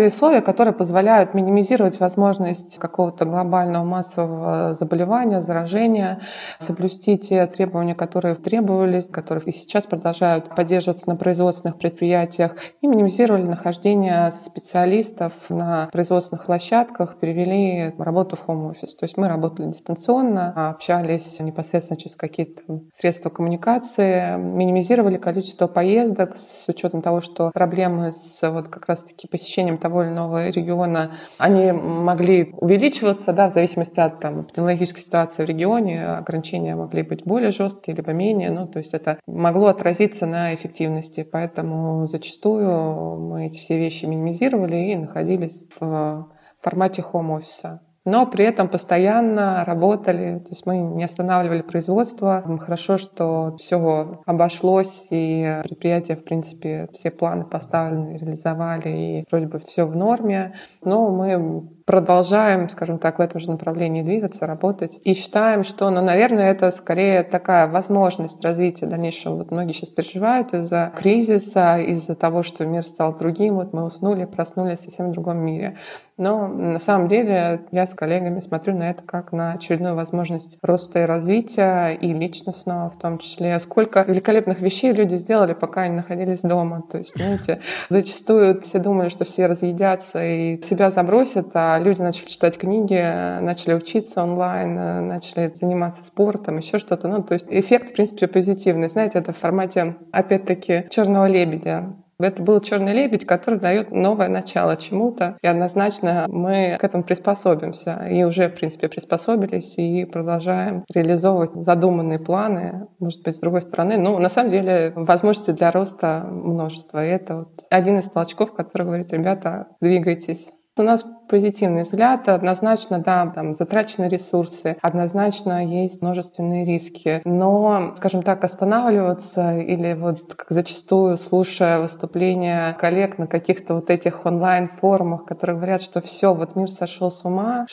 многие условия, которые позволяют минимизировать возможность какого-то глобального массового заболевания, заражения, соблюсти те требования, которые требовались, которые и сейчас продолжают поддерживаться на производственных предприятиях, и минимизировали нахождение специалистов на производственных площадках, перевели работу в хоум-офис. То есть мы работали дистанционно, общались непосредственно через какие-то средства коммуникации, минимизировали количество поездок с учетом того, что проблемы с вот как раз-таки посещением того или иного региона, они могли увеличиваться, да, в зависимости от эпидемиологической ситуации в регионе, ограничения могли быть более жесткие, либо менее, то есть это могло отразиться на эффективности, поэтому зачастую мы эти все вещи минимизировали и находились в формате хоум-офиса. Но при этом постоянно работали, то есть мы не останавливали производство. Хорошо, что все обошлось, и предприятия, в принципе, все планы поставлены, реализовали, и вроде бы все в норме. Но мы продолжаем, скажем так, в этом же направлении двигаться, работать. И считаем, что, наверное, это скорее такая возможность развития дальнейшего. Вот многие сейчас переживают из-за кризиса, из-за того, что мир стал другим. Вот мы уснули, проснулись в совсем другом мире. Но на самом деле я с коллегами смотрю на это как на очередную возможность роста и развития, и личностного в том числе. Сколько великолепных вещей люди сделали, пока они находились дома. То есть, знаете, зачастую все думали, что все разъедятся и себя забросят, а люди начали читать книги, начали учиться онлайн, начали заниматься спортом, еще что-то. То есть эффект, в принципе, позитивный. Знаете, это в формате, опять-таки, черного лебедя. Это был черный лебедь, который дает новое начало чему-то. И однозначно мы к этому приспособимся. И уже, в принципе, приспособились и продолжаем реализовывать задуманные планы. Может быть, с другой стороны. На самом деле, возможностей для роста множество. И это вот один из толчков, который говорит: ребята, двигайтесь. У нас позитивный взгляд. Однозначно, да, там затрачены ресурсы, однозначно есть множественные риски. Но, скажем так, останавливаться или вот как зачастую, слушая выступления коллег на каких-то вот этих онлайн-форумах, которые говорят, что все, вот мир сошел с ума,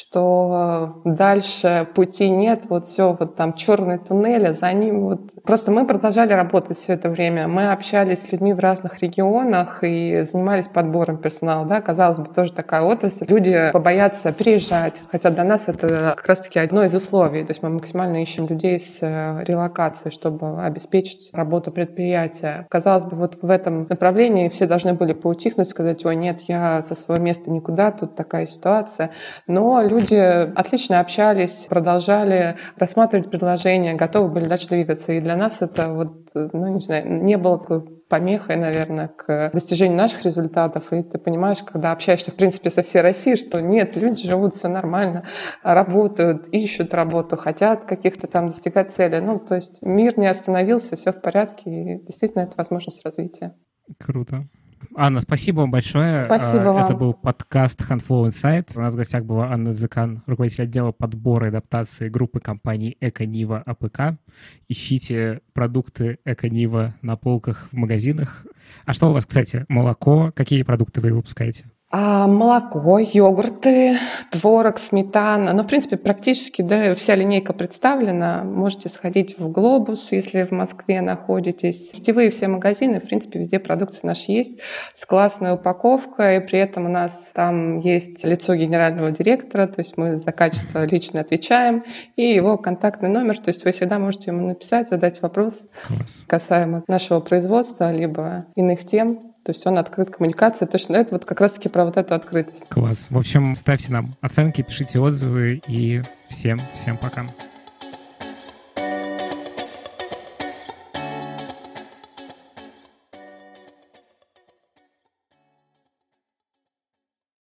что дальше пути нет, вот все, вот там черный туннель, а за ним вот... Просто мы продолжали работать все это время. Мы общались с людьми в разных регионах и занимались подбором персонала, да, казалось бы, тоже такая отрасль. Люди побоятся переезжать, хотя для нас это как раз-таки одно из условий. То есть мы максимально ищем людей с релокацией, чтобы обеспечить работу предприятия. Казалось бы, вот в этом направлении все должны были поутихнуть, сказать: ой, нет, я со своего места никуда, тут такая ситуация. Но люди отлично общались, продолжали рассматривать предложения, готовы были дальше двигаться. И для нас это вот, не знаю, не было такой помехой, наверное, к достижению наших результатов. И ты понимаешь, когда общаешься, в принципе, со всей Россией, что нет, люди живут, все нормально, работают, ищут работу, хотят каких-то там достигать цели. То есть мир не остановился, все в порядке, и действительно это возможность развития. Круто. Анна, спасибо вам большое. Спасибо вам. Это был подкаст Handflow Insight. У нас в гостях была Анна Дзыкан, руководитель отдела подбора и адаптации группы компаний Эко-Нива АПК. Ищите продукты Эко-Нива на полках в магазинах. А что у вас, кстати, молоко? Какие продукты вы выпускаете? Молоко, йогурты, творог, сметана. В принципе, практически вся линейка представлена. Можете сходить в «Глобус», если в Москве находитесь. Сетевые все магазины, в принципе, везде продукция наша есть с классной упаковкой. При этом у нас там есть лицо генерального директора, то есть мы за качество лично отвечаем, и его контактный номер, то есть вы всегда можете ему написать, задать вопрос касаемо нашего производства, либо иных тем. То есть он открыт коммуникации. Точно это вот как раз-таки про вот эту открытость. Класс. В общем, ставьте нам оценки, пишите отзывы, и всем пока.